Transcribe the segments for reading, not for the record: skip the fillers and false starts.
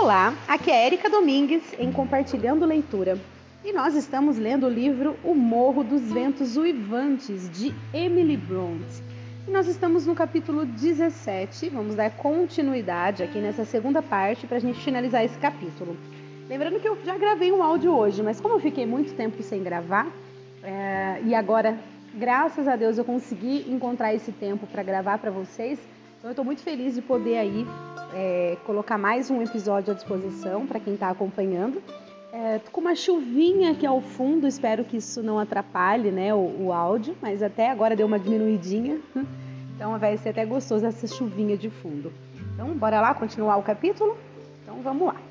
Olá, aqui é Érica Domingues em Compartilhando Leitura e nós estamos lendo o livro O Morro dos Ventos Uivantes, de Emily Brontë. E nós estamos no capítulo 17, vamos dar continuidade aqui nessa segunda parte para a gente finalizar esse capítulo. Lembrando que eu já gravei um áudio hoje, mas como eu fiquei muito tempo sem gravar, e agora, graças a Deus, eu consegui encontrar esse tempo para gravar para vocês, então eu estou muito feliz de poder aí colocar mais um episódio à disposição para quem está acompanhando. Tô com uma chuvinha aqui ao fundo, espero que isso não atrapalhe, né, o áudio, mas até agora deu uma diminuidinha, então vai ser até gostoso essa chuvinha de fundo. Então, bora lá continuar o capítulo? Então, vamos lá.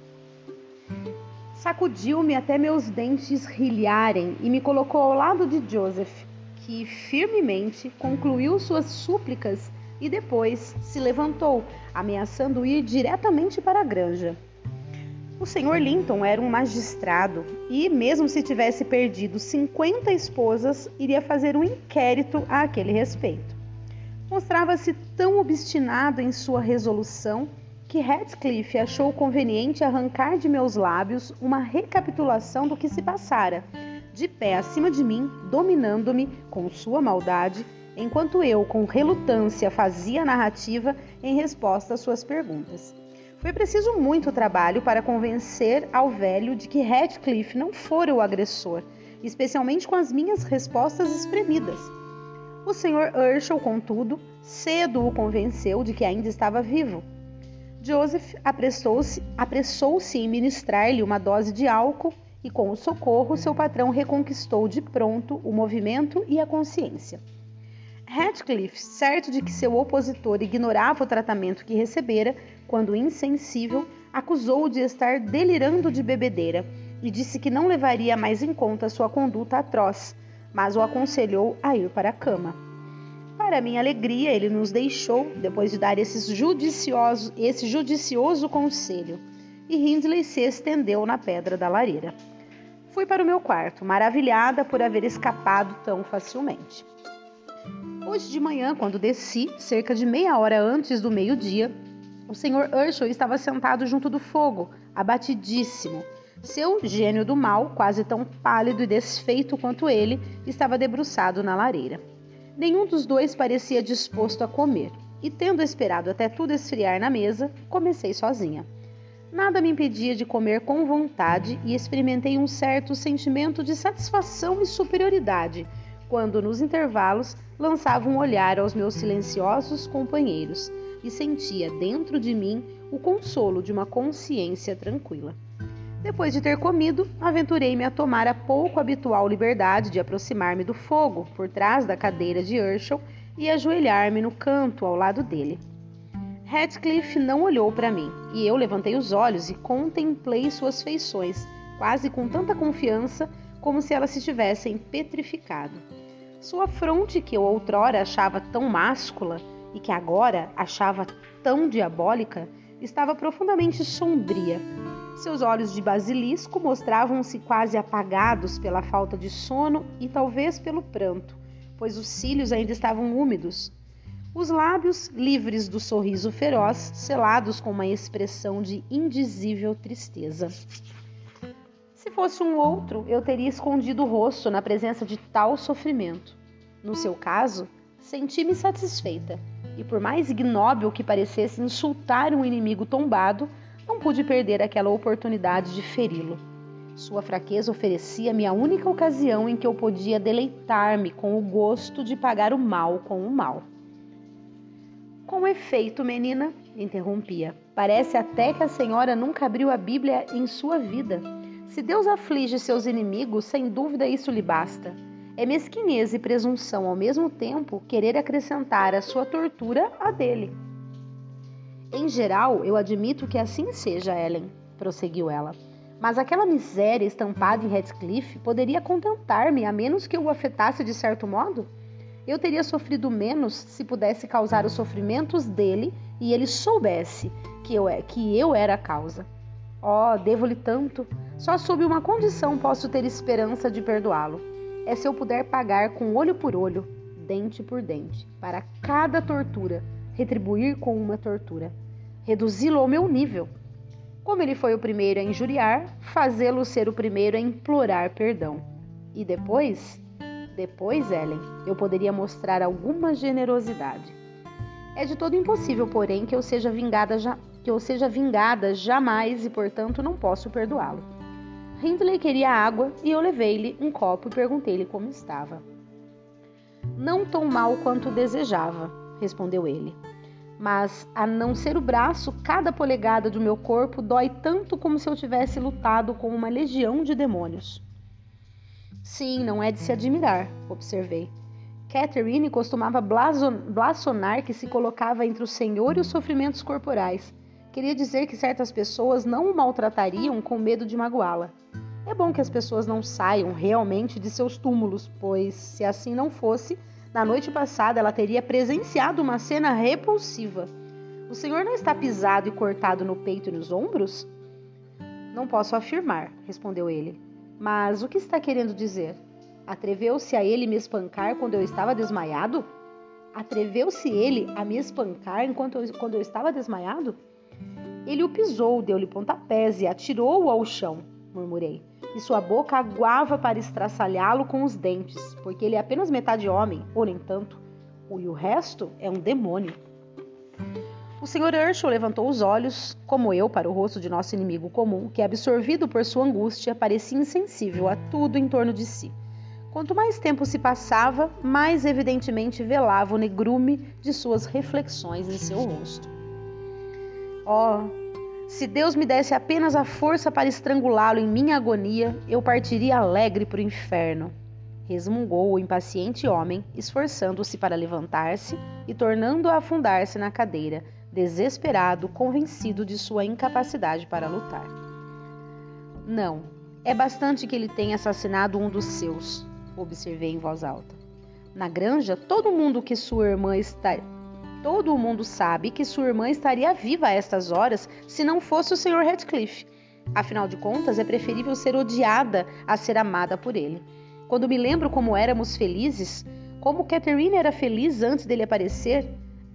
Sacudiu-me até meus dentes rilharem e me colocou ao lado de Joseph, que firmemente concluiu suas súplicas e depois se levantou, ameaçando ir diretamente para a granja. O Sr. Linton era um magistrado e, mesmo se tivesse perdido 50 esposas, iria fazer um inquérito a aquele respeito. Mostrava-se tão obstinado em sua resolução que Heathcliff achou conveniente arrancar de meus lábios uma recapitulação do que se passara, de pé acima de mim, dominando-me com sua maldade, enquanto eu, com relutância, fazia a narrativa em resposta às suas perguntas. Foi preciso muito trabalho para convencer ao velho de que Heathcliff não fora o agressor, especialmente com as minhas respostas espremidas. O Sr. Herschel, contudo, cedo o convenceu de que ainda estava vivo. Joseph apressou-se em ministrar-lhe uma dose de álcool e, com o socorro, seu patrão reconquistou de pronto o movimento e a consciência. Heathcliff, certo de que seu opositor ignorava o tratamento que recebera, quando insensível, acusou-o de estar delirando de bebedeira e disse que não levaria mais em conta sua conduta atroz, mas o aconselhou a ir para a cama. Para minha alegria, ele nos deixou, depois de dar esse judicioso conselho, e Hindley se estendeu na pedra da lareira. Fui para o meu quarto, maravilhada por haver escapado tão facilmente. Hoje de manhã, quando desci, cerca de meia hora antes do meio-dia, o Sr. Herschel estava sentado junto do fogo, abatidíssimo. Seu gênio do mal, quase tão pálido e desfeito quanto ele, estava debruçado na lareira. Nenhum dos dois parecia disposto a comer, e tendo esperado até tudo esfriar na mesa, comecei sozinha. Nada me impedia de comer com vontade e experimentei um certo sentimento de satisfação e superioridade, quando, nos intervalos, lançava um olhar aos meus silenciosos companheiros e sentia dentro de mim o consolo de uma consciência tranquila. Depois de ter comido, aventurei-me a tomar a pouco habitual liberdade de aproximar-me do fogo, por trás da cadeira de Herschel, e ajoelhar-me no canto ao lado dele. Heathcliff não olhou para mim, e eu levantei os olhos e contemplei suas feições, quase com tanta confiança como se elas se tivessem petrificado. Sua fronte, que eu outrora achava tão máscula e que agora achava tão diabólica, estava profundamente sombria. Seus olhos de basilisco mostravam-se quase apagados pela falta de sono e talvez pelo pranto, pois os cílios ainda estavam úmidos. Os lábios, livres do sorriso feroz, selados com uma expressão de indizível tristeza. Se fosse um outro, eu teria escondido o rosto na presença de tal sofrimento. No seu caso, senti-me satisfeita, e por mais ignóbil que parecesse insultar um inimigo tombado, não pude perder aquela oportunidade de feri-lo. Sua fraqueza oferecia-me a única ocasião em que eu podia deleitar-me com o gosto de pagar o mal com o mal. Com efeito, menina, interrompia, parece até que a senhora nunca abriu a Bíblia em sua vida. Se Deus aflige seus inimigos, sem dúvida isso lhe basta. É mesquinhez e presunção ao mesmo tempo querer acrescentar a sua tortura à dele. Em geral, eu admito que assim seja, Ellen, prosseguiu ela. Mas aquela miséria estampada em Heathcliff poderia contentar-me, a menos que eu o afetasse de certo modo? Eu teria sofrido menos se pudesse causar os sofrimentos dele e ele soubesse que eu era a causa. Oh, devo-lhe tanto! Só sob uma condição posso ter esperança de perdoá-lo. É se eu puder pagar com olho por olho, dente por dente, para cada tortura, retribuir com uma tortura, reduzi-lo ao meu nível. Como ele foi o primeiro a injuriar, fazê-lo ser o primeiro a implorar perdão. E depois, Ellen, eu poderia mostrar alguma generosidade. É de todo impossível, porém, que eu seja vingada jamais e, portanto, não posso perdoá-lo. Hindley queria água e eu levei-lhe um copo e perguntei-lhe como estava. Não tão mal quanto desejava, respondeu ele. Mas, a não ser o braço, cada polegada do meu corpo dói tanto como se eu tivesse lutado com uma legião de demônios. Sim, não é de se admirar, observei. Catherine costumava blasfonar que se colocava entre o Senhor e os sofrimentos corporais. Queria dizer que certas pessoas não o maltratariam com medo de magoá-la. É bom que as pessoas não saiam realmente de seus túmulos, pois, se assim não fosse, na noite passada ela teria presenciado uma cena repulsiva. O senhor não está pisado e cortado no peito e nos ombros? Não posso afirmar, respondeu ele. Mas o que está querendo dizer? Atreveu-se a ele me espancar quando eu estava desmaiado? Atreveu-se ele a me espancar quando eu estava desmaiado? Ele o pisou, deu-lhe pontapés e atirou-o ao chão, murmurei. E sua boca aguava para estraçalhá-lo com os dentes, porque ele é apenas metade homem, ou nem tanto, e o resto é um demônio. O Sr. Herschel levantou os olhos, como eu, para o rosto de nosso inimigo comum, que, absorvido por sua angústia, parecia insensível a tudo em torno de si. Quanto mais tempo se passava, mais evidentemente velava o negrume de suas reflexões em seu rosto. Oh, se Deus me desse apenas a força para estrangulá-lo em minha agonia, eu partiria alegre para o inferno, resmungou o impaciente homem, esforçando-se para levantar-se e tornando a afundar-se na cadeira, desesperado, convencido de sua incapacidade para lutar. Não, é bastante que ele tenha assassinado um dos seus, observei em voz alta. Na granja, todo mundo sabe que sua irmã estaria viva a estas horas se não fosse o Sr. Heathcliff. Afinal de contas, é preferível ser odiada a ser amada por ele. Quando me lembro como éramos felizes, como Catherine era feliz antes dele aparecer,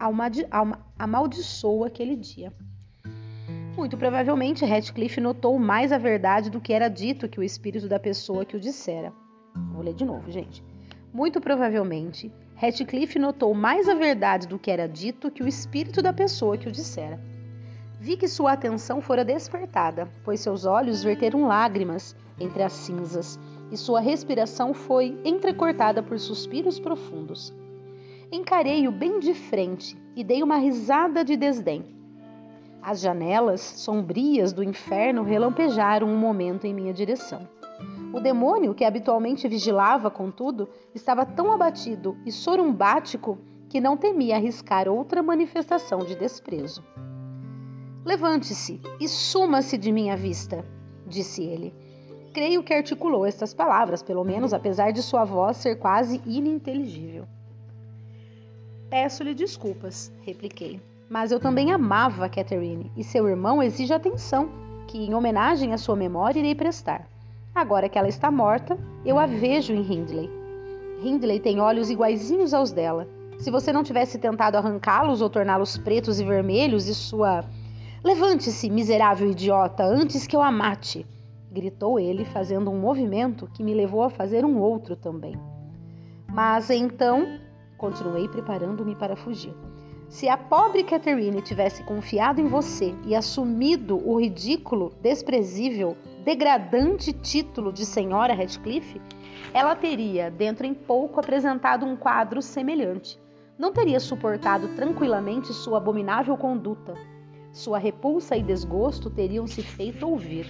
amaldiçoou aquele dia. Muito provavelmente, Heathcliff notou mais a verdade do que era dito que o espírito da pessoa que o dissera. Vou ler de novo, gente. Muito provavelmente, Heathcliff notou mais a verdade do que era dito que o espírito da pessoa que o dissera. Vi que sua atenção fora despertada, pois seus olhos verteram lágrimas entre as cinzas e sua respiração foi entrecortada por suspiros profundos. Encarei-o bem de frente e dei uma risada de desdém. As janelas sombrias do inferno relampejaram um momento em minha direção. O demônio, que habitualmente vigilava, contudo, estava tão abatido e sorumbático que não temia arriscar outra manifestação de desprezo. Levante-se e suma-se de minha vista, disse ele. Creio que articulou estas palavras, pelo menos apesar de sua voz ser quase ininteligível. Peço-lhe desculpas, repliquei, mas eu também amava Catherine e seu irmão exige atenção, que em homenagem à sua memória irei prestar. Agora que ela está morta, eu a vejo em Hindley. Hindley tem olhos iguaizinhos aos dela. Se você não tivesse tentado arrancá-los ou torná-los pretos e vermelhos e sua... Levante-se, miserável idiota, antes que eu a mate, gritou ele, fazendo um movimento que me levou a fazer um outro também. Mas então, continuei preparando-me para fugir. Se a pobre Catherine tivesse confiado em você e assumido o ridículo, desprezível, degradante título de senhora Heathcliff, ela teria, dentro em pouco, apresentado um quadro semelhante. Não teria suportado tranquilamente sua abominável conduta. Sua repulsa e desgosto teriam se feito ouvir.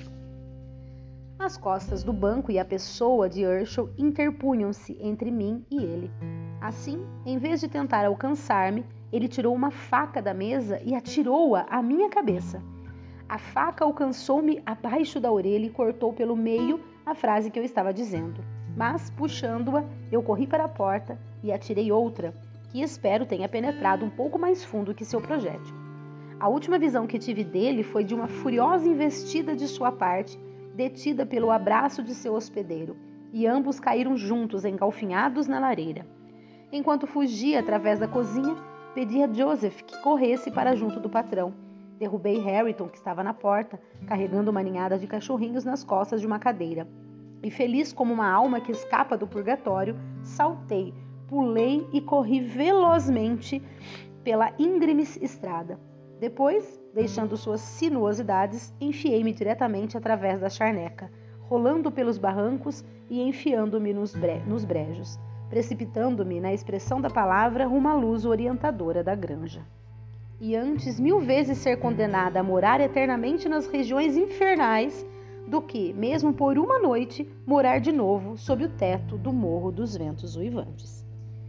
As costas do banco e a pessoa de Herschel interpunham-se entre mim e ele. Assim, em vez de tentar alcançar-me, ele tirou uma faca da mesa e atirou-a à minha cabeça. A faca alcançou-me abaixo da orelha e cortou pelo meio a frase que eu estava dizendo. Mas, puxando-a, eu corri para a porta e atirei outra, que espero tenha penetrado um pouco mais fundo que seu projétil. A última visão que tive dele foi de uma furiosa investida de sua parte, detida pelo abraço de seu hospedeiro, e ambos caíram juntos, engalfinhados na lareira. Enquanto fugia através da cozinha, pedi a Joseph que corresse para junto do patrão. Derrubei Harrington, que estava na porta, carregando uma ninhada de cachorrinhos nas costas de uma cadeira. E feliz como uma alma que escapa do purgatório, saltei, pulei e corri velozmente pela íngreme estrada. Depois, deixando suas sinuosidades, enfiei-me diretamente através da charneca, rolando pelos barrancos e enfiando-me nos brejos, precipitando-me, na expressão da palavra, rumo à luz orientadora da granja. E antes 1000 vezes ser condenada a morar eternamente nas regiões infernais do que, mesmo por uma noite, morar de novo sob o teto do Morro dos Ventos Uivantes.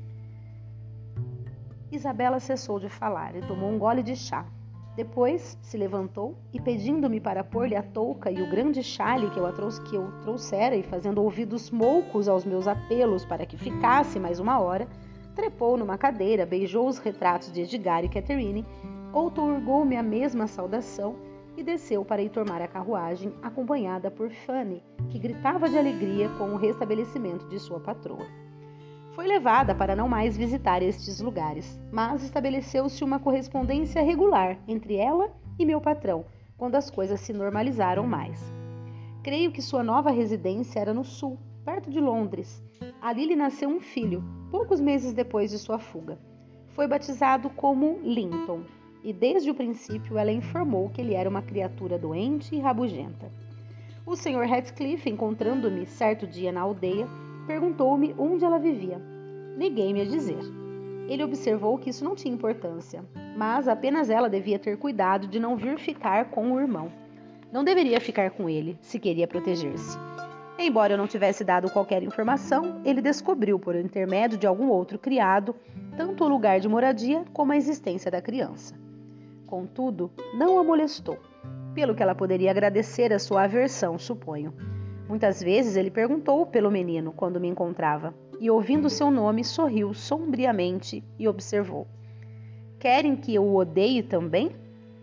Isabela cessou de falar e tomou um gole de chá. Depois se levantou e, pedindo-me para pôr-lhe a touca e o grande chale que eu trouxera e fazendo ouvidos moucos aos meus apelos para que ficasse mais uma hora, trepou numa cadeira, beijou os retratos de Edgar e Catherine, outorgou-me a mesma saudação e desceu para ir tomar a carruagem, acompanhada por Fanny, que gritava de alegria com o restabelecimento de sua patroa. Foi levada para não mais visitar estes lugares, mas estabeleceu-se uma correspondência regular entre ela e meu patrão, quando as coisas se normalizaram mais. Creio que sua nova residência era no sul, perto de Londres. Ali lhe nasceu um filho, poucos meses depois de sua fuga. Foi batizado como Linton, e desde o princípio ela informou que ele era uma criatura doente e rabugenta. O Sr. Heathcliff, encontrando-me certo dia na aldeia, perguntou-me onde ela vivia. Neguei-me a dizer. Ele observou que isso não tinha importância, mas apenas ela devia ter cuidado de não vir ficar com o irmão. Não deveria ficar com ele, se queria proteger-se. Embora eu não tivesse dado qualquer informação, ele descobriu, por intermédio de algum outro criado, tanto o lugar de moradia como a existência da criança. Contudo, não a molestou, pelo que ela poderia agradecer a sua aversão, suponho. Muitas vezes ele perguntou pelo menino quando me encontrava, e ouvindo seu nome, sorriu sombriamente e observou. Querem que eu o odeie também?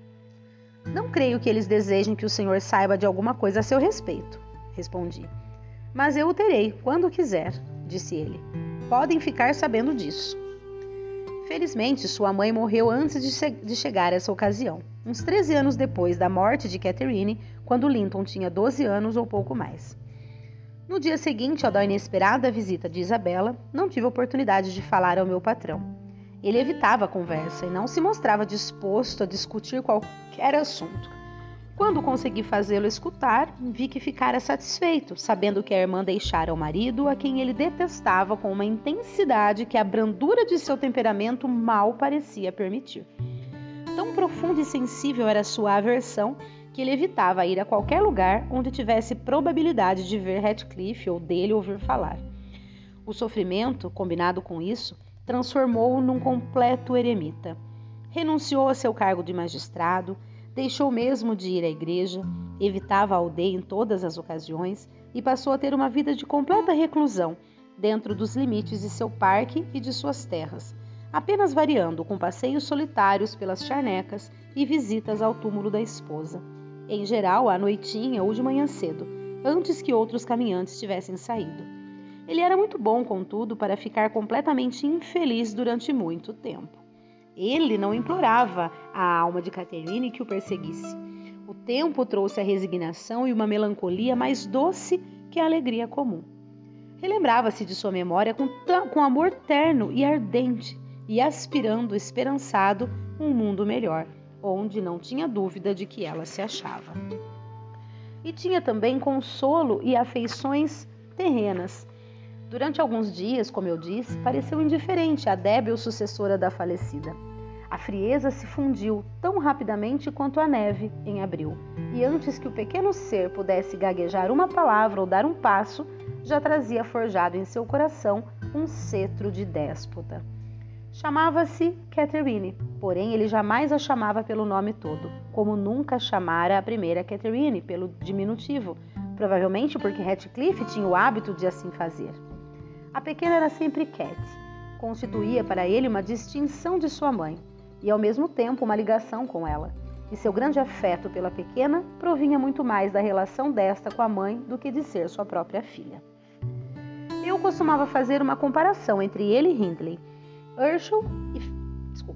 Não creio que eles desejem que o senhor saiba de alguma coisa a seu respeito, respondi. Mas eu o terei, quando quiser, disse ele. Podem ficar sabendo disso. Felizmente, sua mãe morreu antes de chegar essa ocasião, uns 13 anos depois da morte de Catherine, quando Linton tinha 12 anos ou pouco mais. No dia seguinte ao da inesperada visita de Isabela, não tive oportunidade de falar ao meu patrão. Ele evitava a conversa e não se mostrava disposto a discutir qualquer assunto. Quando consegui fazê-lo escutar, vi que ficara satisfeito, sabendo que a irmã deixara o marido, a quem ele detestava com uma intensidade que a brandura de seu temperamento mal parecia permitir. Tão profunda e sensível era sua aversão que ele evitava ir a qualquer lugar onde tivesse probabilidade de ver Heathcliff ou dele ouvir falar. O sofrimento, combinado com isso, transformou-o num completo eremita. Renunciou a seu cargo de magistrado, deixou mesmo de ir à igreja, evitava a aldeia em todas as ocasiões e passou a ter uma vida de completa reclusão, dentro dos limites de seu parque e de suas terras, apenas variando com passeios solitários pelas charnecas e visitas ao túmulo da esposa, em geral à noitinha ou de manhã cedo, antes que outros caminhantes tivessem saído. Ele era muito bom, contudo, para ficar completamente infeliz durante muito tempo. Ele não implorava à alma de Catherine que o perseguisse. O tempo trouxe a resignação e uma melancolia mais doce que a alegria comum. Relembrava-se de sua memória com amor terno e ardente e aspirando, esperançado, um mundo melhor, onde não tinha dúvida de que ela se achava. E tinha também consolo e afeições terrenas. Durante alguns dias, como eu disse, pareceu indiferente à débil sucessora da falecida. A frieza se fundiu tão rapidamente quanto a neve em abril, e antes que o pequeno ser pudesse gaguejar uma palavra ou dar um passo, já trazia forjado em seu coração um cetro de déspota. Chamava-se Catherine, porém ele jamais a chamava pelo nome todo, como nunca chamara a primeira Catherine pelo diminutivo, provavelmente porque Heathcliff tinha o hábito de assim fazer. A pequena era sempre Cat, constituía para ele uma distinção de sua mãe, e ao mesmo tempo uma ligação com ela, e seu grande afeto pela pequena provinha muito mais da relação desta com a mãe do que de ser sua própria filha. Eu costumava fazer uma comparação entre ele e Hindley.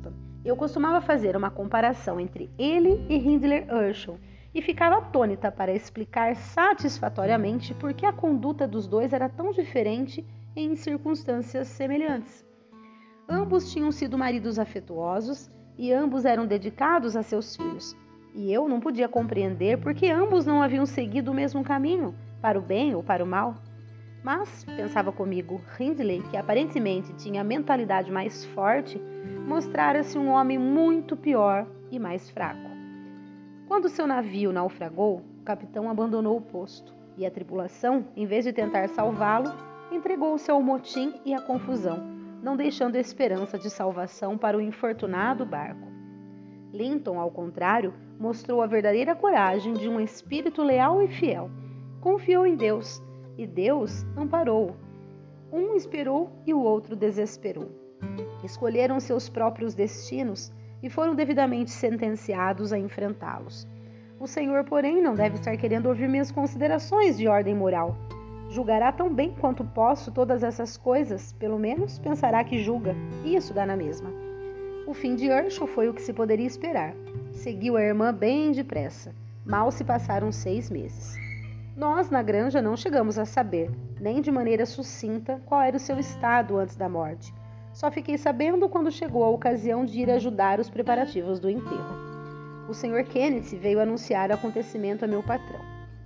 Eu costumava fazer uma comparação entre ele e Hindley Herschel e ficava atônita para explicar satisfatoriamente por que a conduta dos dois era tão diferente em circunstâncias semelhantes. Ambos tinham sido maridos afetuosos e ambos eram dedicados a seus filhos. E eu não podia compreender por que ambos não haviam seguido o mesmo caminho, para o bem ou para o mal. Mas, pensava comigo, Hindley, que aparentemente tinha a mentalidade mais forte, mostrara-se um homem muito pior e mais fraco. Quando seu navio naufragou, o capitão abandonou o posto, e a tripulação, em vez de tentar salvá-lo, entregou-se ao motim e à confusão, não deixando esperança de salvação para o infortunado barco. Linton, ao contrário, mostrou a verdadeira coragem de um espírito leal e fiel. Confiou em Deus, e Deus amparou-o. Um esperou e o outro desesperou. Escolheram seus próprios destinos e foram devidamente sentenciados a enfrentá-los. O Senhor, porém, não deve estar querendo ouvir minhas considerações de ordem moral. Julgará tão bem quanto posso todas essas coisas, pelo menos pensará que julga, e isso dá na mesma. O fim de Herschel foi o que se poderia esperar. Seguiu a irmã bem depressa. Mal se passaram 6 meses. Nós, na granja, não chegamos a saber, nem de maneira sucinta, qual era o seu estado antes da morte. Só fiquei sabendo quando chegou a ocasião de ir ajudar os preparativos do enterro. O Sr. Kenneth veio anunciar o acontecimento a meu patrão.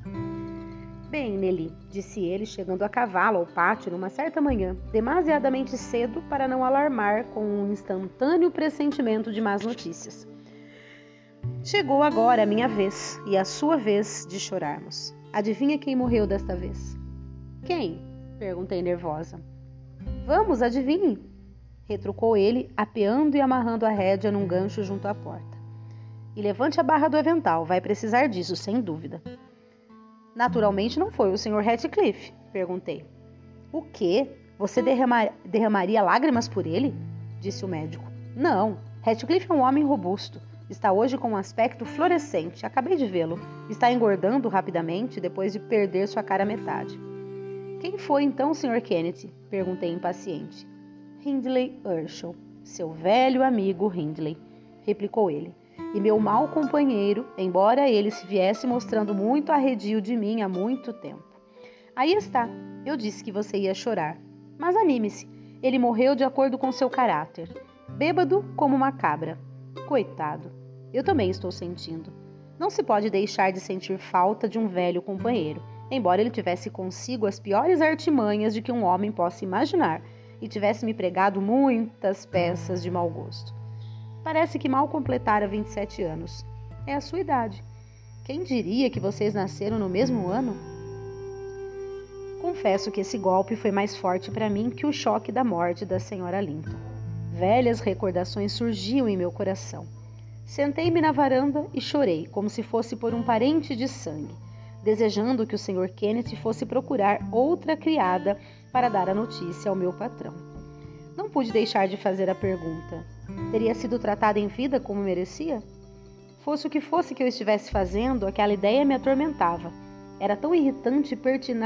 Bem, Nelly, disse ele, chegando a cavalo ao pátio numa certa manhã, demasiadamente cedo para não alarmar com um instantâneo pressentimento de más notícias. Chegou agora a minha vez e a sua vez de chorarmos. Adivinha quem morreu desta vez? Quem? Perguntei nervosa. Vamos, adivinhe, retrucou ele, apeando e amarrando a rédea num gancho junto à porta. E levante a barra do avental, vai precisar disso, sem dúvida. Naturalmente não foi o Sr. Ratcliffe, perguntei. O quê? Você derramaria lágrimas por ele? Disse o médico. Não, Ratcliffe é um homem robusto. Está hoje com um aspecto florescente. Acabei de vê-lo. Está engordando rapidamente depois de perder sua cara metade. Quem foi então o Sr. Kenneth? Perguntei impaciente. Hindley Herschel, seu velho amigo Hindley, replicou ele. E meu mau companheiro, embora ele se viesse mostrando muito arredio de mim há muito tempo. Aí está, eu disse que você ia chorar. Mas anime-se, ele morreu de acordo com seu caráter. Bêbado como uma cabra. Coitado, eu também estou sentindo. Não se pode deixar de sentir falta de um velho companheiro, embora ele tivesse consigo as piores artimanhas de que um homem possa imaginar e tivesse me pregado muitas peças de mau gosto. Parece que mal completara 27 anos. É a sua idade. Quem diria que vocês nasceram no mesmo ano? Confesso que esse golpe foi mais forte para mim que o choque da morte da Sra. Linton. Velhas recordações surgiam em meu coração. Sentei-me na varanda e chorei, como se fosse por um parente de sangue, desejando que o Sr. Kenneth fosse procurar outra criada para dar a notícia ao meu patrão. Não pude deixar de fazer a pergunta. Teria sido tratada em vida como merecia? Fosse o que fosse que eu estivesse fazendo, aquela ideia me atormentava. Era tão irritantemente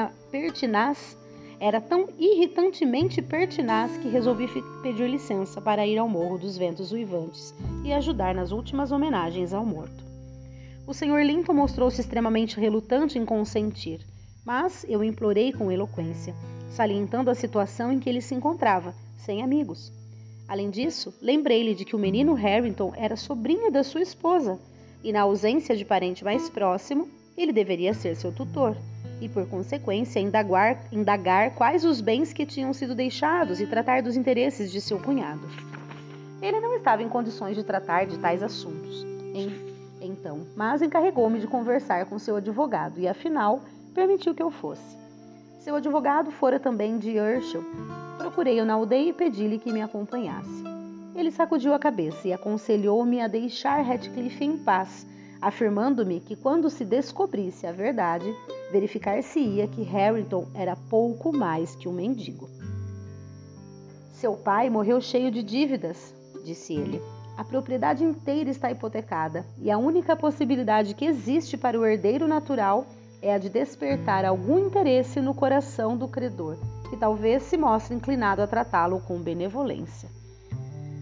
pertinaz que resolvi pedir licença para ir ao Morro dos Ventos Uivantes e ajudar nas últimas homenagens ao morto. O Sr. Linton mostrou-se extremamente relutante em consentir, mas eu implorei com eloquência, salientando a situação em que ele se encontrava, sem amigos. Além disso, lembrei-lhe de que o menino Harrington era sobrinho da sua esposa, e na ausência de parente mais próximo, ele deveria ser seu tutor, e por consequência indagar quais os bens que tinham sido deixados e tratar dos interesses de seu cunhado. Ele não estava em condições de tratar de tais assuntos, então, mas encarregou-me de conversar com seu advogado e, afinal, permitiu que eu fosse. Seu advogado fora também de Herschel. Procurei-o na aldeia e pedi-lhe que me acompanhasse. Ele sacudiu a cabeça e aconselhou-me a deixar Ratcliffe em paz, afirmando-me que quando se descobrisse a verdade, verificar-se-ia que Harrington era pouco mais que um mendigo. Seu pai morreu cheio de dívidas, disse ele. A propriedade inteira está hipotecada e a única possibilidade que existe para o herdeiro natural é a de despertar algum interesse no coração do credor, que talvez se mostre inclinado a tratá-lo com benevolência.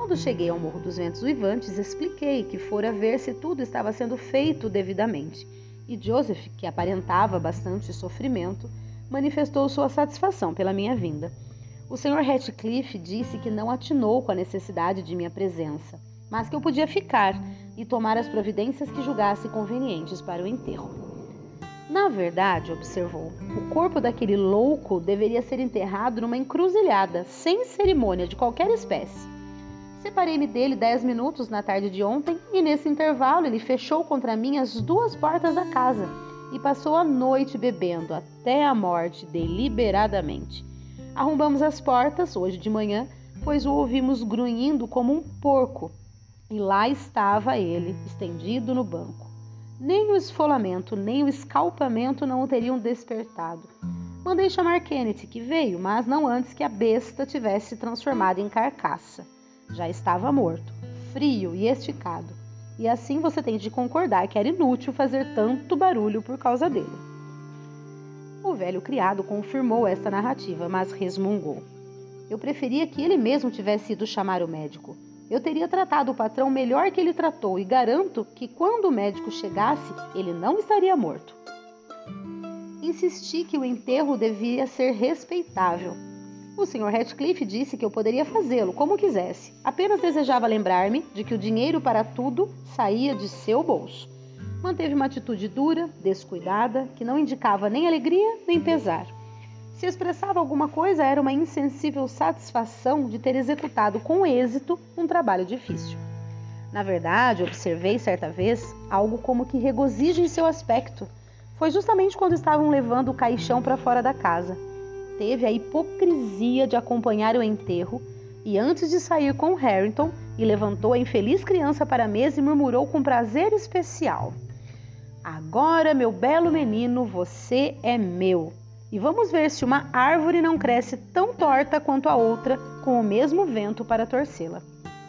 Quando cheguei ao Morro dos Ventos Uivantes, expliquei que fora ver se tudo estava sendo feito devidamente. E Joseph, que aparentava bastante sofrimento, manifestou sua satisfação pela minha vinda. O Sr. Ratcliffe disse que não atinou com a necessidade de minha presença, mas que eu podia ficar e tomar as providências que julgasse convenientes para o enterro. Na verdade, observou, o corpo daquele louco deveria ser enterrado numa encruzilhada, sem cerimônia de qualquer espécie. Separei-me dele 10 minutos na tarde de ontem e nesse intervalo ele fechou contra mim as 2 portas da casa e passou a noite bebendo até a morte deliberadamente. Arrombamos as portas hoje de manhã, pois o ouvimos grunhindo como um porco e lá estava ele, estendido no banco. Nem o esfolamento, nem o escalpamento não o teriam despertado. Mandei chamar Kenneth, que veio, mas não antes que a besta tivesse se transformado em carcaça. Já estava morto, frio e esticado, e assim você tem de concordar que era inútil fazer tanto barulho por causa dele. O velho criado confirmou esta narrativa, mas resmungou. Eu preferia que ele mesmo tivesse ido chamar o médico. Eu teria tratado o patrão melhor que ele tratou e garanto que quando o médico chegasse, ele não estaria morto. Insisti que o enterro devia ser respeitável. O Sr. Ratcliffe disse que eu poderia fazê-lo como quisesse. Apenas desejava lembrar-me de que o dinheiro para tudo saía de seu bolso. Manteve uma atitude dura, descuidada, que não indicava nem alegria nem pesar. Se expressava alguma coisa, era uma insensível satisfação de ter executado com êxito um trabalho difícil. Na verdade, observei certa vez algo como que regozijo em seu aspecto. Foi justamente quando estavam levando o caixão para fora da casa. Teve a hipocrisia de acompanhar o enterro e antes de sair com Harrington, e levantou a infeliz criança para a mesa e murmurou com prazer especial: "Agora, meu belo menino, você é meu. E vamos ver se uma árvore não cresce tão torta quanto a outra, com o mesmo vento para torcê-la."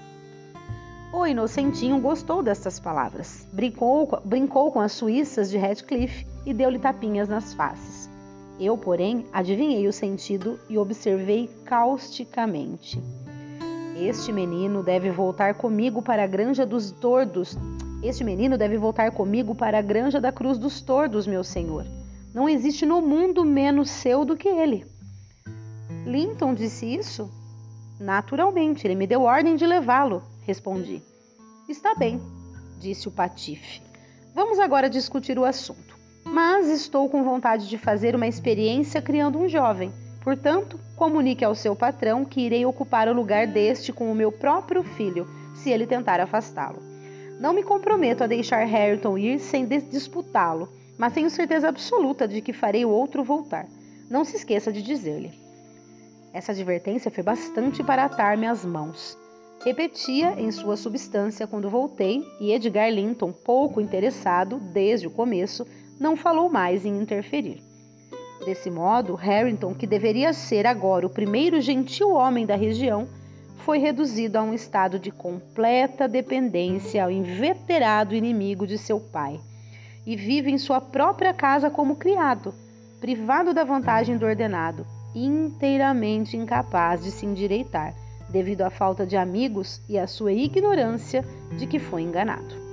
O inocentinho gostou destas palavras, brincou com as suíças de Ratcliffe e deu-lhe tapinhas nas faces. Eu, porém, adivinhei o sentido e observei causticamente: "Este menino deve voltar comigo para a granja dos tordos. Este menino deve voltar comigo para a granja da Cruz dos Tordos, meu senhor. Não existe no mundo menos seu do que ele." Linton disse isso? Naturalmente, ele me deu ordem de levá-lo, respondi. Está bem, disse o patife. Vamos agora discutir o assunto. Mas estou com vontade de fazer uma experiência criando um jovem. Portanto, comunique ao seu patrão que irei ocupar o lugar deste com o meu próprio filho, se ele tentar afastá-lo. Não me comprometo a deixar Harrington ir sem disputá-lo, mas tenho certeza absoluta de que farei o outro voltar. Não se esqueça de dizer-lhe. Essa advertência foi bastante para atar-me as mãos. Repetia em sua substância quando voltei e Edgar Linton, pouco interessado desde o começo, não falou mais em interferir. Desse modo, Harrington, que deveria ser agora o primeiro gentil homem da região, foi reduzido a um estado de completa dependência ao inveterado inimigo de seu pai, e vive em sua própria casa como criado, privado da vantagem do ordenado, inteiramente incapaz de se endireitar, devido à falta de amigos e à sua ignorância de que foi enganado.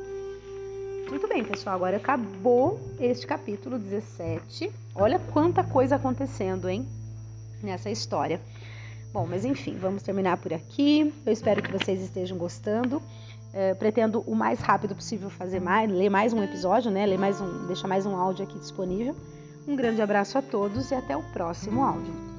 Muito bem, pessoal, agora acabou este capítulo 17. Olha quanta coisa acontecendo, hein, nessa história. Bom, mas enfim, vamos terminar por aqui. Eu espero que vocês estejam gostando. Pretendo o mais rápido possível ler mais um episódio, né? Deixar mais um áudio aqui disponível. Um grande abraço a todos e até o próximo áudio.